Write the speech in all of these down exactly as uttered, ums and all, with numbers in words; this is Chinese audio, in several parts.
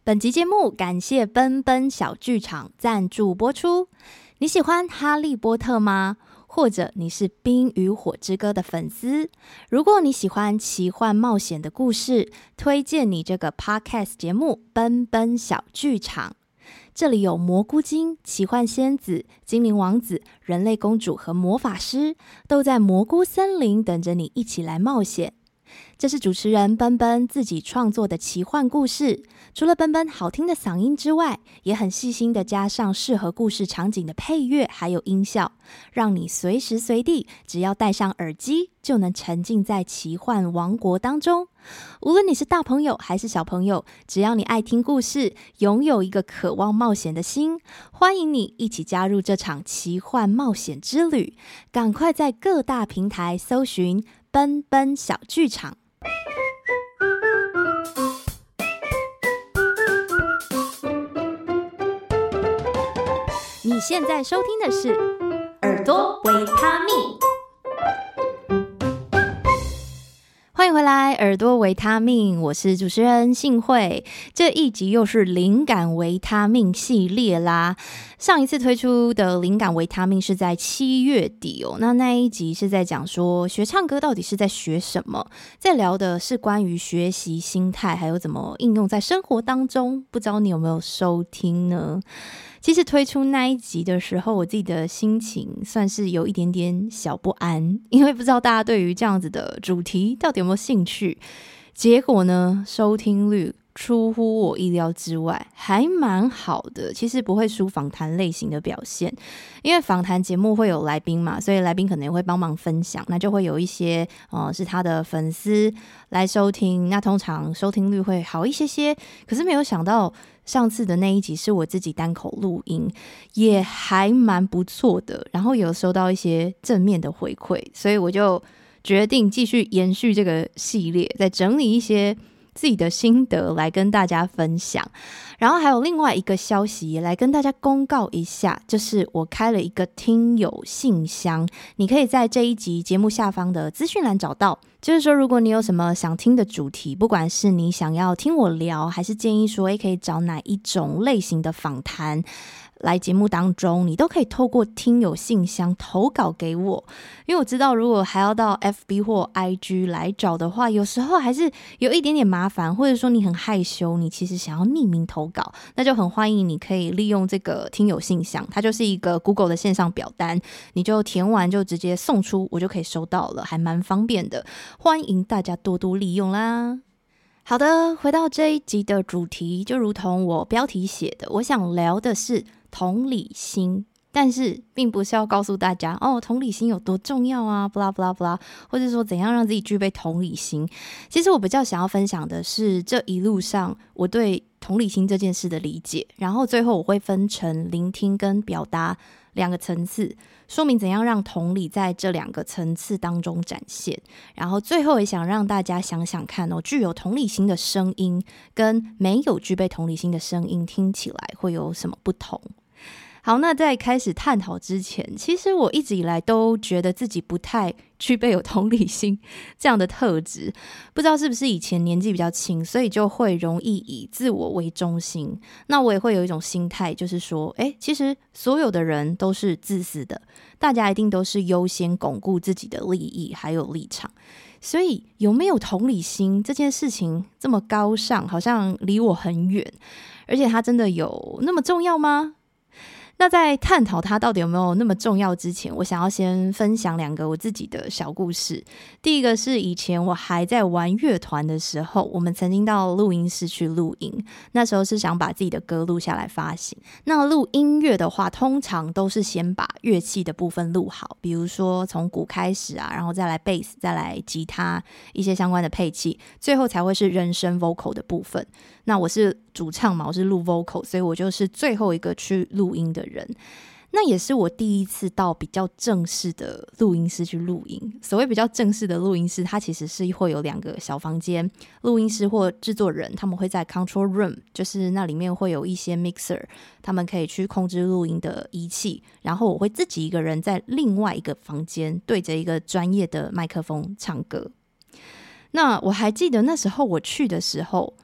本集节目感谢奔奔小剧场赞助播出。你喜欢哈利波特吗？或者你是冰与火之歌的粉丝？如果你喜欢奇幻冒险的故事，推荐你这个 podcast 节目奔奔小剧场。这里有蘑菇精、奇幻仙子、精灵王子、人类公主和魔法师，都在蘑菇森林等着你一起来冒险。这是主持人奔奔自己创作的奇幻故事，除了奔奔好听的嗓音之外，也很细心的加上适合故事场景的配乐还有音效，让你随时随地只要戴上耳机就能沉浸在奇幻王国当中。无论你是大朋友还是小朋友，只要你爱听故事，拥有一个渴望冒险的心，欢迎你一起加入这场奇幻冒险之旅。赶快在各大平台搜寻奔奔小剧场。你现在收听的是耳朵维他命，欢迎回来，耳朵维他命，我是主持人信慧。这一集又是灵感维他命系列啦。上一次推出的灵感维他命是在七月底哦，那那一集是在讲说学唱歌到底是在学什么，在聊的是关于学习心态，还有怎么应用在生活当中。不知道你有没有收听呢？其实推出那一集的时候，我自己的心情算是有一点点小不安，因为不知道大家对于这样子的主题到底有没有兴趣。结果呢，收听率出乎我意料之外，还蛮好的。其实不会输访谈类型的表现，因为访谈节目会有来宾嘛，所以来宾可能也会帮忙分享，那就会有一些呃是他的粉丝来收听，那通常收听率会好一些些。可是没有想到上次的那一集是我自己单口录音，也还蛮不错的，然后有收到一些正面的回馈，所以我就决定继续延续这个系列，再整理一些自己的心得来跟大家分享。然后还有另外一个消息也来跟大家公告一下，就是我开了一个听友信箱，你可以在这一集节目下方的资讯栏找到。就是说如果你有什么想听的主题，不管是你想要听我聊，还是建议说诶可以找哪一种类型的访谈来节目当中，你都可以透过听友信箱投稿给我。因为我知道如果还要到 F B 或 I G 来找的话，有时候还是有一点点麻烦，或者说你很害羞，你其实想要匿名投稿，那就很欢迎你可以利用这个听友信箱，它就是一个 Google 的线上表单，你就填完就直接送出，我就可以收到了，还蛮方便的，欢迎大家多多利用啦。好的，回到这一集的主题，就如同我标题写的，我想聊的是同理心，但是并不是要告诉大家哦，同理心有多重要啊，不啦不啦不啦，或者说怎样让自己具备同理心。其实我比较想要分享的是这一路上我对同理心这件事的理解，然后最后我会分成聆听跟表达两个层次，说明怎样让同理在这两个层次当中展现。然后最后也想让大家想想看哦，具有同理心的声音跟没有具备同理心的声音听起来会有什么不同。好，那在开始探讨之前，其实我一直以来都觉得自己不太具备有同理心这样的特质，不知道是不是以前年纪比较轻，所以就会容易以自我为中心。那我也会有一种心态，就是说诶，其实所有的人都是自私的，大家一定都是优先巩固自己的利益还有立场，所以有没有同理心这件事情这么高尚，好像离我很远，而且它真的有那么重要吗？那在探讨它到底有没有那么重要之前，我想要先分享两个我自己的小故事。第一个是以前我还在玩乐团的时候，我们曾经到录音室去录音，那时候是想把自己的歌录下来发行。那录音乐的话，通常都是先把乐器的部分录好，比如说从鼓开始啊，然后再来贝斯，再来吉他，一些相关的配器，最后才会是人声 vocal 的部分。那我是主唱嘛，我是录 vocal， 所以我就是最后一个去录音的人。那也是我第一次到比较正式的录音室去录音。所谓比较正式的录音室，它其实是会有两个小房间，录音师或制作人他们会在 control room， 就是那里面会有一些 mixer， 他们可以去控制录音的仪器，然后我会自己一个人在另外一个房间对着一个专业的麦克风唱歌。那我还记得那时候我去的时候，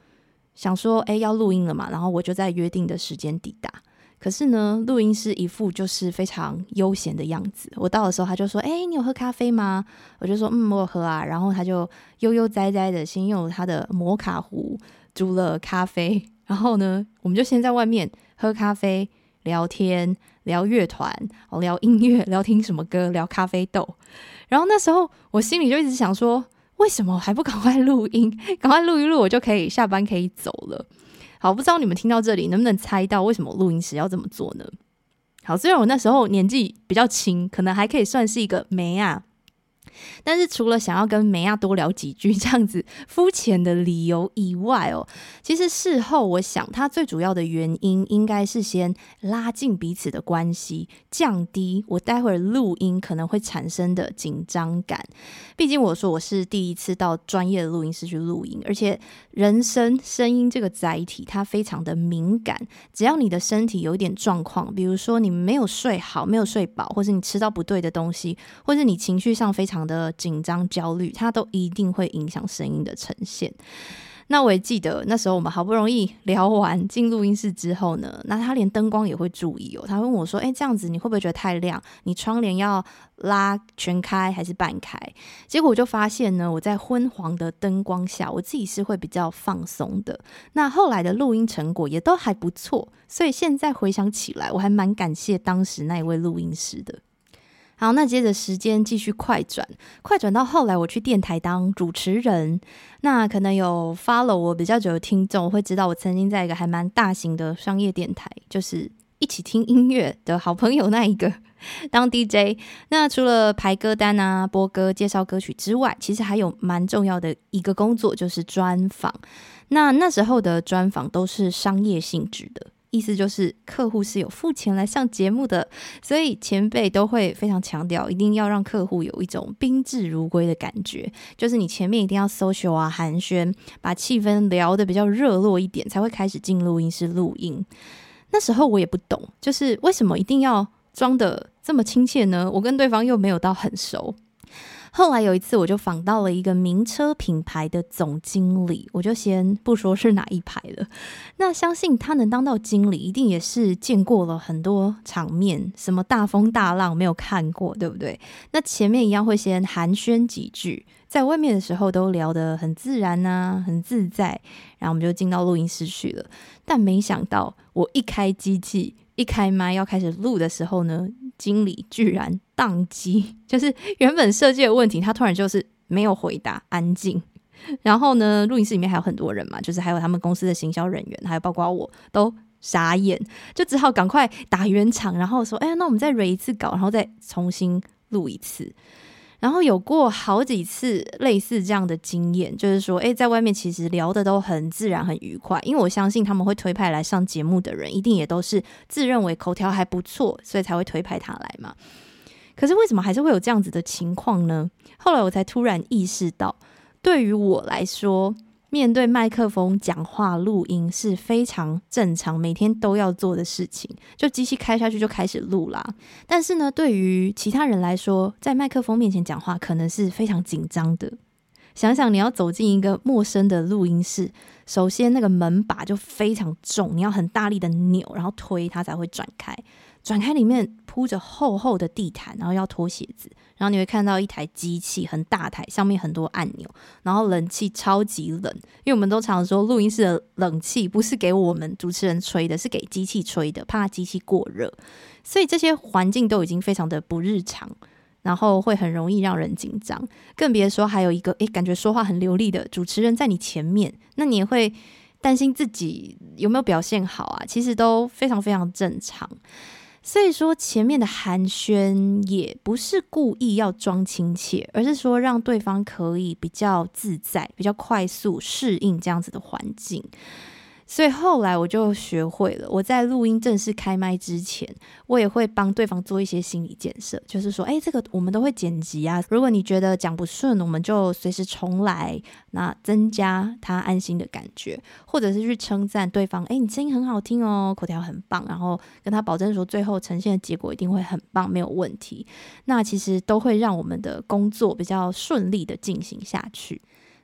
想说哎要录音了嘛，然后我就在约定的时间抵达。可是呢，录音师一副就是非常悠闲的样子。我到的时候，他就说：“哎、欸，你有喝咖啡吗？”我就说：“嗯，我有喝啊。”然后他就悠悠哉哉的先用他的摩卡壶煮了咖啡，然后呢，我们就先在外面喝咖啡、聊天、聊乐团、聊音乐、聊听什么歌、聊咖啡豆。然后那时候我心里就一直想说，为什么还不赶快录音？赶快录一录，我就可以下班可以走了。好，不知道你们听到这里能不能猜到为什么录音师要这么做呢？好，虽然我那时候年纪比较轻，可能还可以算是一个妹啊，但是除了想要跟妹啊多聊几句这样子肤浅的理由以外哦，其实事后我想它最主要的原因应该是先拉近彼此的关系，降低我待会儿录音可能会产生的紧张感。毕竟我说我是第一次到专业的录音室去录音，而且人声声音这个载体它非常的敏感，只要你的身体有一点状况，比如说你没有睡好，没有睡饱，或是你吃到不对的东西，或是你情绪上非常的紧张焦虑，它都一定会影响声音的呈现。那我也记得那时候我们好不容易聊完进录音室之后呢，那他连灯光也会注意哦。他问我说：“哎，这样子你会不会觉得太亮？你窗帘要拉全开还是半开？”结果我就发现呢，我在昏黄的灯光下，我自己是会比较放松的。那后来的录音成果也都还不错，所以现在回想起来，我还蛮感谢当时那一位录音师的。好，那接着时间继续快转，快转到后来我去电台当主持人。那可能有 follow 我比较久的听众会知道，我曾经在一个还蛮大型的商业电台，就是一起听音乐的好朋友那一个当 D J。 那除了排歌单啊、播歌、介绍歌曲之外，其实还有蛮重要的一个工作，就是专访。那那时候的专访都是商业性质的，意思就是客户是有付钱来上节目的，所以前辈都会非常强调一定要让客户有一种宾至如归的感觉，就是你前面一定要 social 啊、寒暄，把气氛聊得比较热络一点，才会开始进录音室录音。那时候我也不懂，就是为什么一定要装得这么亲切呢？我跟对方又没有到很熟。后来有一次我就访到了一个名车品牌的总经理，我就先不说是哪一排了。那相信他能当到经理，一定也是见过了很多场面，什么大风大浪没有看过，对不对？那前面一样会先寒暄几句，在外面的时候都聊得很自然啊，很自在，然后我们就进到录音室去了。但没想到我一开机器一开麦要开始录的时候呢，经理居然宕机，就是原本设计的问题，他突然就是没有回答，安静。然后呢，录音室里面还有很多人嘛，就是还有他们公司的行销人员，还有包括我都傻眼，就只好赶快打圆场，然后说哎，那我们再 re 一次稿，然后再重新录一次。然后有过好几次类似这样的经验，就是说诶，在外面其实聊的都很自然很愉快，因为我相信他们会推派来上节目的人一定也都是自认为口条还不错，所以才会推派他来嘛。可是为什么还是会有这样子的情况呢？后来我才突然意识到，对于我来说，面对麦克风讲话录音是非常正常每天都要做的事情，就机器开下去就开始录啦。但是呢，对于其他人来说，在麦克风面前讲话可能是非常紧张的。想想你要走进一个陌生的录音室，首先那个门把就非常重，你要很大力的扭，然后推它才会转开。转开里面铺着厚厚的地毯，然后要脱鞋子，然后你会看到一台机器很大台，上面很多按钮，然后冷气超级冷，因为我们都常说录音室的冷气不是给我们主持人吹的，是给机器吹的，怕机器过热，所以这些环境都已经非常的不日常，然后会很容易让人紧张，更别说还有一个诶感觉说话很流利的主持人在你前面，那你也会担心自己有没有表现好啊，其实都非常非常正常。所以说前面的寒暄也不是故意要装亲切，而是说让对方可以比较自在，比较快速适应这样子的环境。所以后来我就学会了，我在录音正式开麦之前，我也会帮对方做一些心理建设，就是说诶这个我们都会剪辑啊，如果你觉得讲不顺，我们就随时重来，那增加他安心的感觉，或者是去称赞对方，诶你声音很好听哦，口条很棒，然后跟他保证说最后呈现的结果一定会很棒，没有问题。那其实都会让我们的工作比较顺利的进行下去。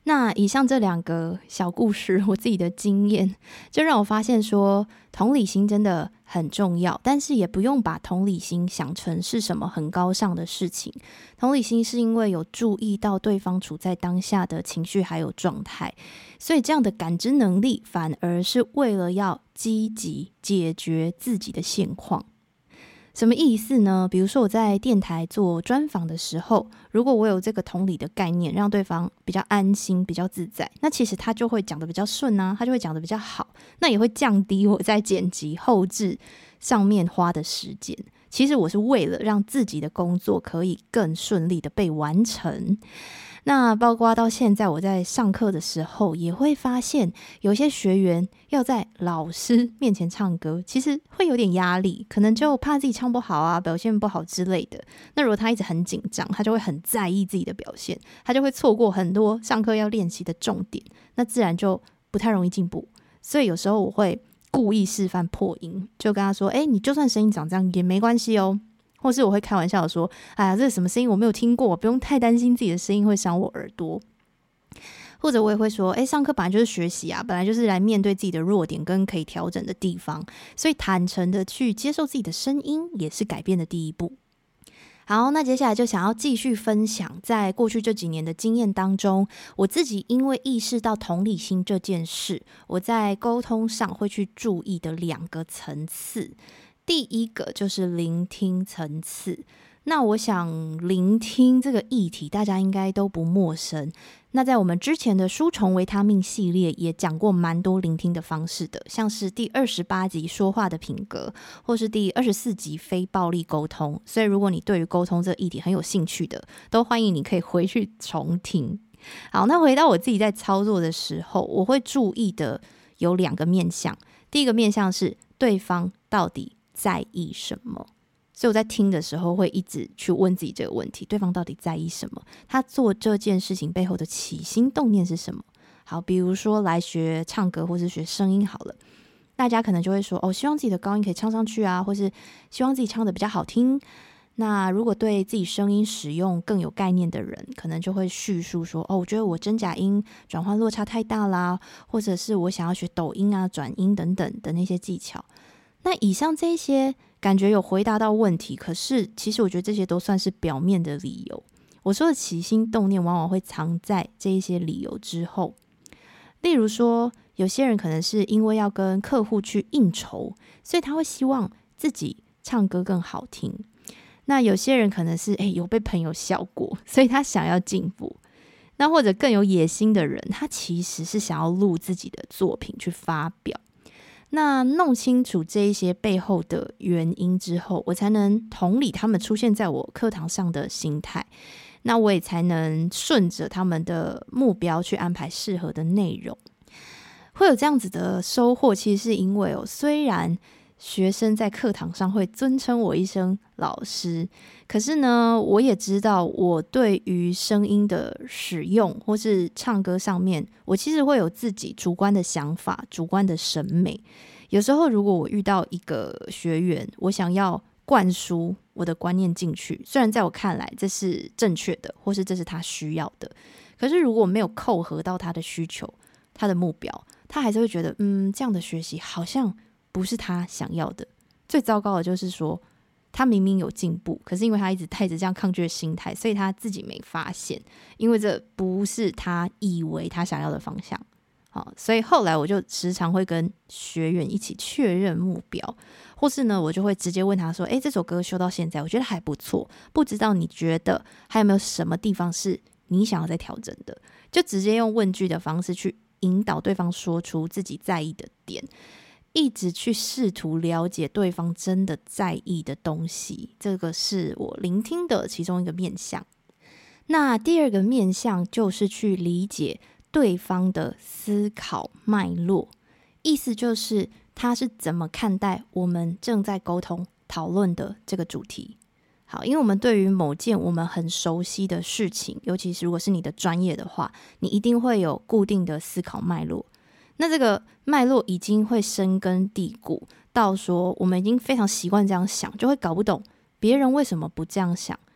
那以上这两个小故事，我自己的经验就让我发现说，同理心真的很重要，但是也不用把同理心想成是什么很高尚的事情。同理心是因为有注意到对方处在当下的情绪还有状态，所以这样的感知能力反而是为了要积极解决自己的现况。什么意思呢？比如说我在电台做专访的时候，如果我有这个同理的概念，让对方比较安心比较自在，那其实他就会讲得比较顺啊，他就会讲得比较好，那也会降低我在剪辑后制上面花的时间。其实我是为了让自己的工作可以更顺利的被完成。那包括到现在我在上课的时候，也会发现有些学员要在老师面前唱歌，其实会有点压力，可能就怕自己唱不好啊，表现不好之类的。那如果他一直很紧张，他就会很在意自己的表现，他就会错过很多上课要练习的重点，那自然就不太容易进步。所以有时候我会故意示范破音，就跟他说，哎，你就算声音长这样也没关系哦。或是我会开玩笑的说，哎呀，这是什么声音我没有听过，不用太担心自己的声音会伤我耳朵。或者我也会说，哎，上课本来就是学习啊，本来就是来面对自己的弱点跟可以调整的地方，所以坦诚的去接受自己的声音也是改变的第一步。好，那接下来就想要继续分享在过去这几年的经验当中，我自己因为意识到同理心这件事，我在沟通上会去注意的两个层次。第一个就是聆听层次，那我想聆听这个议题大家应该都不陌生，那在我们之前的书虫维他命系列也讲过蛮多聆听的方式的，像是第二十八集说话的品格，或是第二十四集非暴力沟通，所以如果你对于沟通这个议题很有兴趣的，都欢迎你可以回去重听。好，那回到我自己在操作的时候，我会注意的有两个面向。第一个面向是对方到底在意什么，所以我在听的时候会一直去问自己这个问题，对方到底在意什么，他做这件事情背后的起心动念是什么。好，比如说来学唱歌或是学声音好了，大家可能就会说，哦，希望自己的高音可以唱上去啊，或是希望自己唱得比较好听。那如果对自己声音使用更有概念的人，可能就会叙述说，哦，我觉得我真假音转换落差太大啦，或者是我想要学抖音啊、转音等等的那些技巧。那以上这一些感觉有回答到问题，可是其实我觉得这些都算是表面的理由。我说的起心动念往往会藏在这一些理由之后。例如说，有些人可能是因为要跟客户去应酬，所以他会希望自己唱歌更好听。那有些人可能是、欸、有被朋友笑过，所以他想要进步。那或者更有野心的人，他其实是想要录自己的作品去发表。那弄清楚这一些背后的原因之后，我才能同理他们出现在我课堂上的心态，那我也才能顺着他们的目标去安排适合的内容。会有这样子的收获，其实是因为、哦、虽然学生在课堂上会尊称我一声老师，可是呢，我也知道我对于声音的使用或是唱歌上面，我其实会有自己主观的想法、主观的审美。有时候如果我遇到一个学员，我想要灌输我的观念进去，虽然在我看来这是正确的，或是这是他需要的，可是如果没有扣合到他的需求、他的目标，他还是会觉得嗯，这样的学习好像不是他想要的。最糟糕的就是说，他明明有进步，可是因为他一直带着这样抗拒的心态，所以他自己没发现，因为这不是他以为他想要的方向。好，所以后来我就时常会跟学员一起确认目标，或是呢，我就会直接问他说，诶，这首歌修到现在我觉得还不错，不知道你觉得还有没有什么地方是你想要再调整的，就直接用问句的方式去引导对方说出自己在意的点，一直去试图了解对方真的在意的东西，这个是我聆听的其中一个面向。那第二个面向就是去理解对方的思考脉络，意思就是他是怎么看待我们正在沟通讨论的这个主题。好，因为我们对于某件我们很熟悉的事情，尤其是如果是你的专业的话，你一定会有固定的思考脉络。那这个脉络已经会深根蒂固到说我们已经非常习惯这样想，就会搞不懂别人为什么不这样想，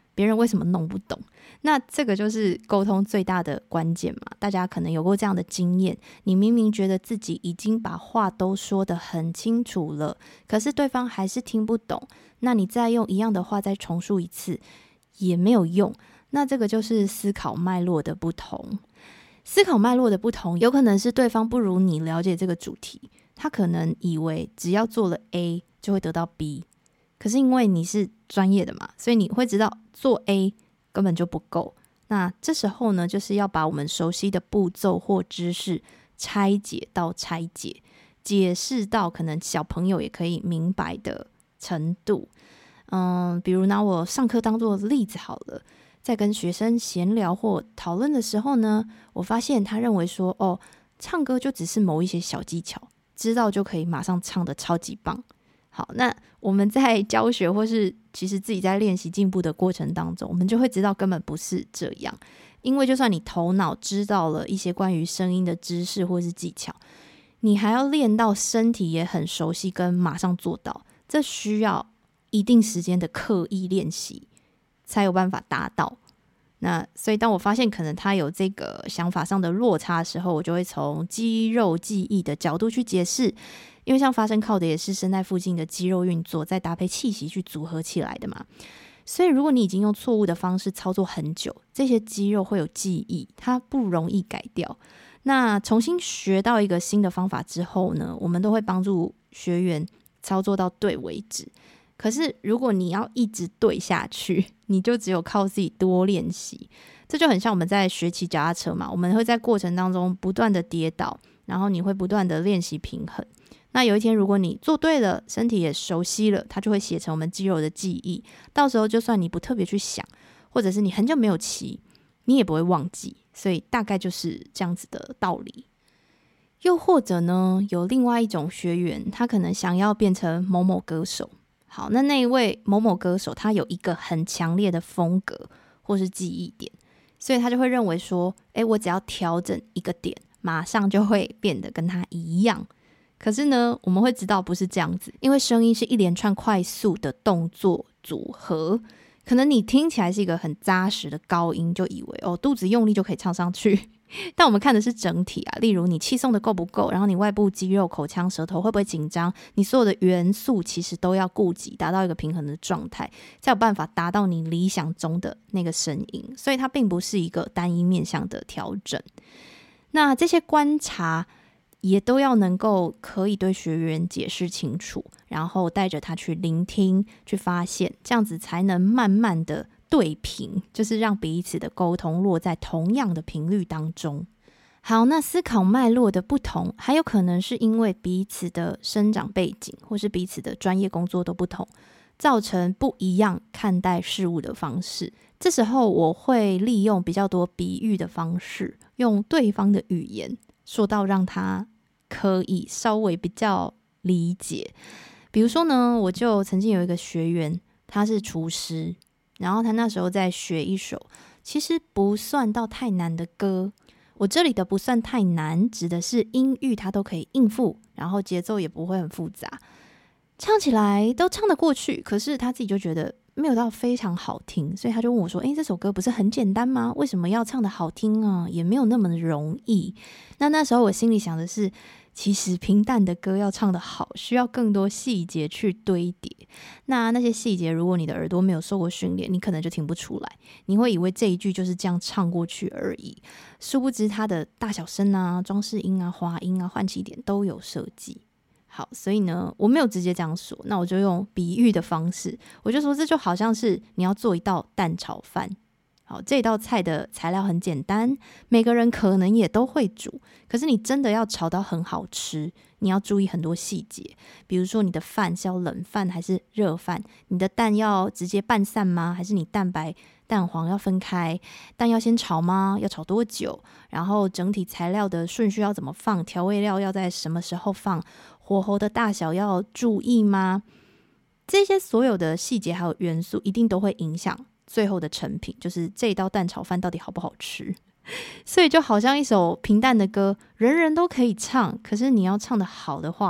别人为什么弄不懂？那这个就是沟通最大的关键嘛。大家可能有过这样的经验，你明明觉得自己已经把话都说得很清楚了，可是对方还是听不懂，那你再用一样的话再重述一次也没有用。那这个就是思考脉络的不同。思考脉络的不同，有可能是对方不如你了解这个主题，他可能以为只要做了 A 就会得到 B， 可是因为你是专业的嘛，所以你会知道做 A 根本就不够。那这时候呢，就是要把我们熟悉的步骤或知识拆解到拆解，解释到可能小朋友也可以明白的程度。嗯，比如拿我上课当做例子好了，在跟学生闲聊或讨论的时候呢，我发现他认为说，哦，唱歌就只是某一些小技巧，知道就可以马上唱得超级棒。好，那我们在教学或是其实自己在练习进步的过程当中，我们就会知道根本不是这样。因为就算你头脑知道了一些关于声音的知识或是技巧，你还要练到身体也很熟悉跟马上做到，这需要一定时间的刻意练习才有办法达到。那所以当我发现可能他有这个想法上的落差的时候，我就会从肌肉记忆的角度去解释，因为像发声靠的也是声带附近的肌肉运作，再搭配气息去组合起来的嘛。所以如果你已经用错误的方式操作很久，这些肌肉会有记忆，它不容易改掉。那重新学到一个新的方法之后呢，我们都会帮助学员操作到对为止。可是如果你要一直对下去，你就只有靠自己多练习。这就很像我们在学骑脚踏车嘛，我们会在过程当中不断的跌倒，然后你会不断的练习平衡。那有一天如果你做对了，身体也熟悉了，它就会写成我们肌肉的记忆，到时候就算你不特别去想，或者是你很久没有骑，你也不会忘记。所以大概就是这样子的道理。又或者呢，有另外一种学员，他可能想要变成某某歌手。好，那那一位某某歌手，他有一个很强烈的风格或是记忆点，所以他就会认为说，诶，我只要调整一个点，马上就会变得跟他一样。可是呢，我们会知道不是这样子，因为声音是一连串快速的动作组合，可能你听起来是一个很扎实的高音，就以为哦，肚子用力就可以唱上去。但我们看的是整体啊，例如你气送的够不够，然后你外部肌肉、口腔、舌头会不会紧张，你所有的元素其实都要顾及，达到一个平衡的状态，才有办法达到你理想中的那个声音。所以它并不是一个单一面向的调整。那这些观察也都要能够可以对学员解释清楚，然后带着他去聆听、去发现，这样子才能慢慢的对频，就是让彼此的沟通落在同样的频率当中。好，那思考脉络的不同，还有可能是因为彼此的生长背景，或是彼此的专业工作都不同，造成不一样看待事物的方式。这时候我会利用比较多比喻的方式，用对方的语言说到让他可以稍微比较理解。比如说呢，我就曾经有一个学员，他是厨师，然后他那时候在学一首其实不算到太难的歌。我这里的不算太难，指的是音域他都可以应付，然后节奏也不会很复杂，唱起来都唱得过去。可是他自己就觉得没有到非常好听，所以他就问我说，诶，这首歌不是很简单吗？为什么要唱得好听啊？也没有那么容易。那那时候我心里想的是，其实平淡的歌要唱得好，需要更多细节去堆叠。那那些细节，如果你的耳朵没有受过训练，你可能就听不出来，你会以为这一句就是这样唱过去而已。殊不知它的大小声啊、装饰音啊、滑音啊、换气点都有设计。好，所以呢，我没有直接这样说，那我就用比喻的方式，我就说这就好像是你要做一道蛋炒饭。好，这道菜的材料很简单，每个人可能也都会煮，可是你真的要炒到很好吃，你要注意很多细节。比如说你的饭是要冷饭还是热饭，你的蛋要直接拌散吗？还是你蛋白蛋黄要分开？蛋要先炒吗？要炒多久？然后整体材料的顺序要怎么放？调味料要在什么时候放？火候的大小要注意吗？这些所有的细节还有元素一定都会影响最后的成品，就是这一道蛋炒饭到底好不好吃。所以就好像一首平淡的歌，人人都可以唱，可是你要唱得好的话，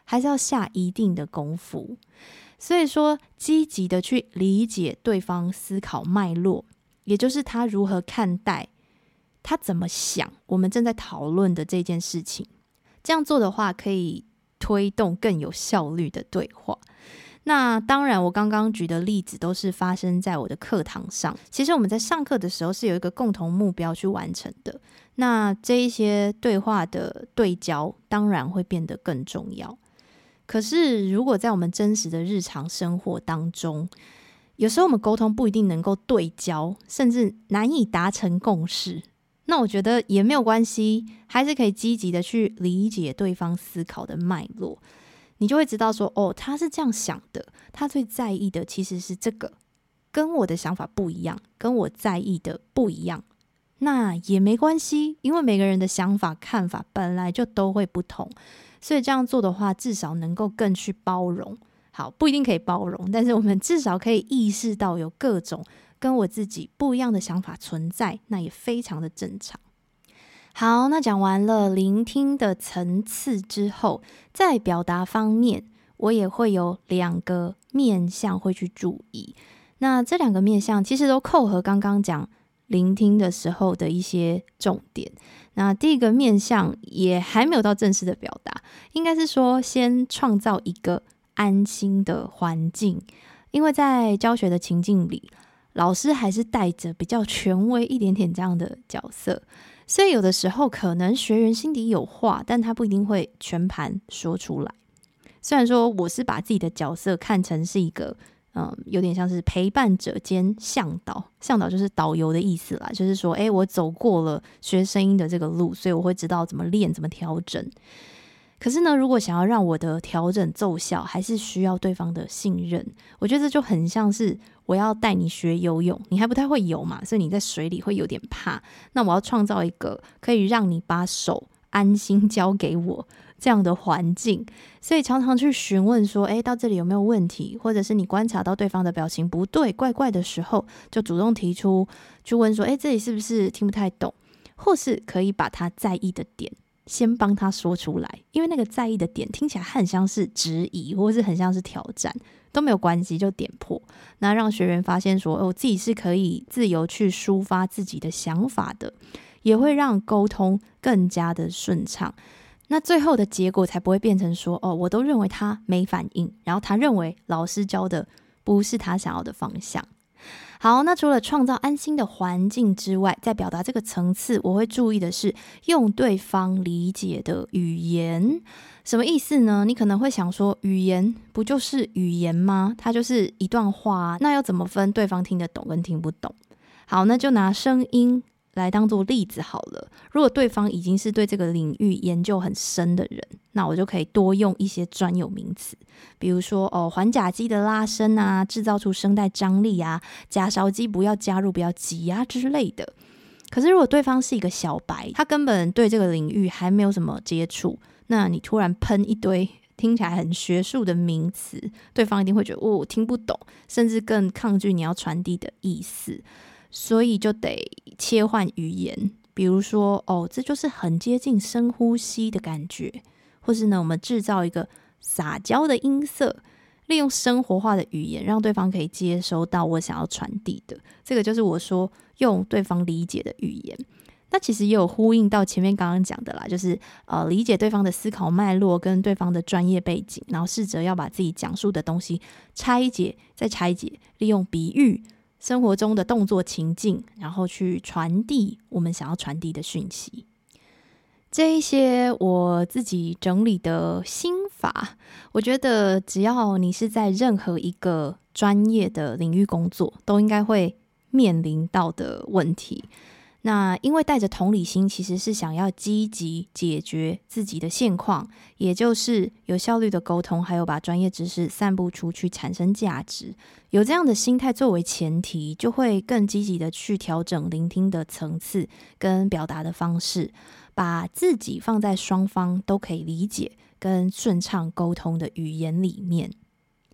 还是要下一定的功夫。所以说，积极的去理解对方思考脉络，也就是他如何看待，他怎么想我们正在讨论的这件事情。这样做的话，可以推动更有效率的对话。那当然，我刚刚举的例子都是发生在我的课堂上。其实我们在上课的时候是有一个共同目标去完成的。那这一些对话的对焦，当然会变得更重要。可是，如果在我们真实的日常生活当中，有时候我们沟通不一定能够对焦，甚至难以达成共识，那我觉得也没有关系，还是可以积极的去理解对方思考的脉络。你就会知道说，哦，他是这样想的，他最在意的其实是这个，跟我的想法不一样，跟我在意的不一样。那也没关系，因为每个人的想法看法本来就都会不同，所以这样做的话，至少能够更去包容。好，不一定可以包容，但是我们至少可以意识到有各种跟我自己不一样的想法存在，那也非常的正常。好，那讲完了聆听的层次之后，在表达方面，我也会有两个面向会去注意。那这两个面向其实都扣合刚刚讲聆听的时候的一些重点。那第一个面向也还没有到正式的表达，应该是说先创造一个安心的环境，因为在教学的情境里，老师还是带着比较权威一点点这样的角色，所以有的时候可能学员心底有话，但他不一定会全盘说出来。虽然说我是把自己的角色看成是一个嗯，有点像是陪伴者兼向导，向导就是导游的意思啦，就是说诶，我走过了学声音的这个路，所以我会知道怎么练，怎么调整。可是呢，如果想要让我的调整奏效，还是需要对方的信任。我觉得这就很像是我要带你学游泳，你还不太会游嘛，所以你在水里会有点怕。那我要创造一个可以让你把手安心交给我这样的环境，所以常常去询问说，诶，到这里有没有问题？或者是你观察到对方的表情不对，怪怪的时候，就主动提出去问说，诶，这里是不是听不太懂？或是可以把他在意的点先帮他说出来，因为那个在意的点听起来很像是质疑，或是很像是挑战，都没有关系，就点破。那让学员发现说，哦，自己是可以自由去抒发自己的想法的，也会让沟通更加的顺畅。那最后的结果才不会变成说，哦，我都认为他没反应，然后他认为老师教的不是他想要的方向。好，那除了创造安心的环境之外，在表达这个层次，我会注意的是用对方理解的语言。什么意思呢？你可能会想说，语言不就是语言吗？它就是一段话，那要怎么分对方听得懂跟听不懂？好，那就拿声音来当做例子好了。如果对方已经是对这个领域研究很深的人，那我就可以多用一些专有名词，比如说哦，环甲肌的拉伸啊，制造出声带张力啊，夹勺肌不要加入，不要挤啊之类的。可是如果对方是一个小白，他根本对这个领域还没有什么接触，那你突然喷一堆听起来很学术的名词，对方一定会觉得哦，听不懂，甚至更抗拒你要传递的意思。所以就得切换语言，比如说哦，这就是很接近深呼吸的感觉，或是呢，我们制造一个撒娇的音色，利用生活化的语言，让对方可以接收到我想要传递的。这个就是我说用对方理解的语言。那其实也有呼应到前面刚刚讲的啦，就是呃理解对方的思考脉络跟对方的专业背景，然后试着要把自己讲述的东西拆解再拆解，利用比喻生活中的动作情境，然后去传递我们想要传递的讯息。这一些我自己整理的心法，我觉得只要你是在任何一个专业的领域工作，都应该会面临到的问题。那因为带着同理心，其实是想要积极解决自己的现况，也就是有效率的沟通，还有把专业知识散布出去，产生价值。有这样的心态作为前提，就会更积极的去调整聆听的层次跟表达的方式，把自己放在双方都可以理解跟顺畅沟通的语言里面。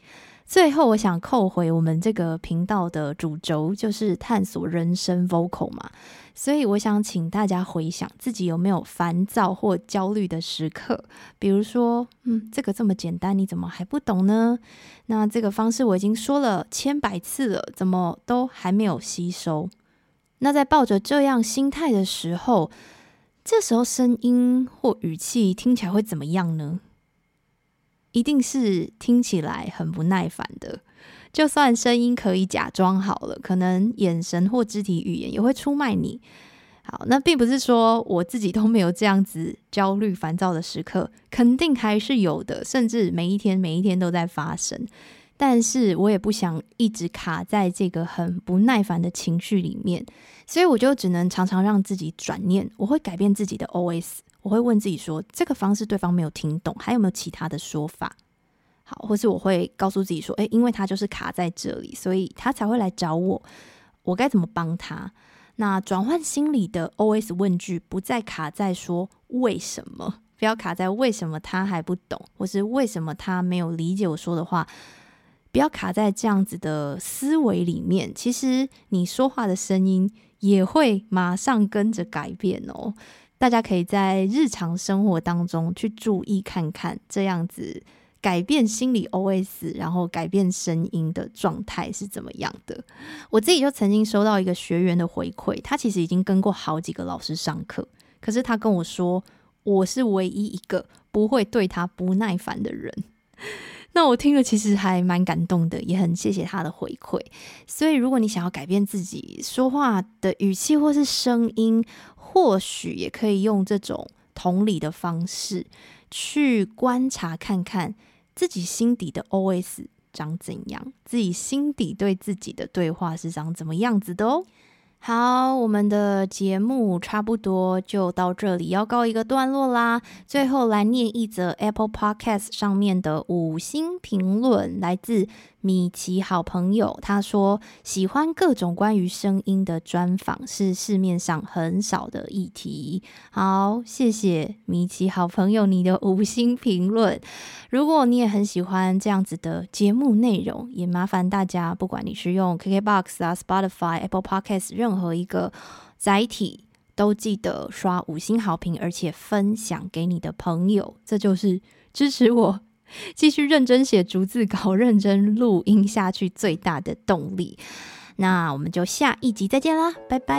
最后我想扣回我们这个频道的主轴，就是探索人生 vocal 嘛，所以我想请大家回想自己有没有烦躁或焦虑的时刻，比如说嗯，这个这么简单你怎么还不懂呢？那这个方式我已经说了千百次了，怎么都还没有吸收？那在抱着这样心态的时候，这时候声音或语气听起来会怎么样呢？一定是听起来很不耐烦的，就算声音可以假装好了，可能眼神或肢体语言也会出卖你。好，那并不是说我自己都没有这样子焦虑烦躁的时刻，肯定还是有的，甚至每一天每一天都在发生。但是我也不想一直卡在这个很不耐烦的情绪里面，所以我就只能常常让自己转念，我会改变自己的 O S， 我会问自己说，这个方式对方没有听懂，还有没有其他的说法？好，或是我会告诉自己说，诶，因为他就是卡在这里，所以他才会来找我，我该怎么帮他？那转换心里的 O S 问句，不再卡在说为什么，不要卡在为什么他还不懂，或是为什么他没有理解我说的话，不要卡在这样子的思维里面。其实你说话的声音也会马上跟着改变哦。大家可以在日常生活当中去注意看看，这样子改变心理 O S， 然后改变声音的状态是怎么样的。我自己就曾经收到一个学员的回馈，他其实已经跟过好几个老师上课，可是他跟我说，我是唯一一个不会对他不耐烦的人。那我听了其实还蛮感动的，也很谢谢他的回馈。所以如果你想要改变自己说话的语气或是声音，或许也可以用这种同理的方式去观察看看自己心底的 O S 长怎样，自己心底对自己的对话是长怎么样子的哦。好，我们的节目差不多就到这里要告一个段落啦。最后来念一则 Apple Podcast 上面的五星评论，来自米奇好朋友，他说喜欢各种关于声音的专访，是市面上很少的议题。好，谢谢米奇好朋友你的五星评论。如果你也很喜欢这样子的节目内容，也麻烦大家，不管你是用 K K B O X 啊、Spotify、Apple Podcast 任何一个载体，都记得刷五星好评，而且分享给你的朋友，这就是支持我继续认真写逐字稿、认真录音下去最大的动力。那我们就下一集再见啦，拜拜！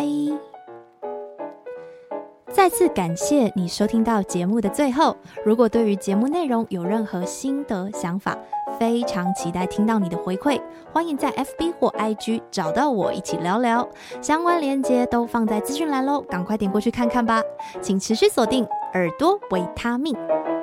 再次感谢你收听到节目的最后，如果对于节目内容有任何心得想法，非常期待听到你的回馈，欢迎在 F B 或 I G 找到我一起聊聊，相关连结都放在资讯栏咯，赶快点过去看看吧。请持续锁定耳朵维他命。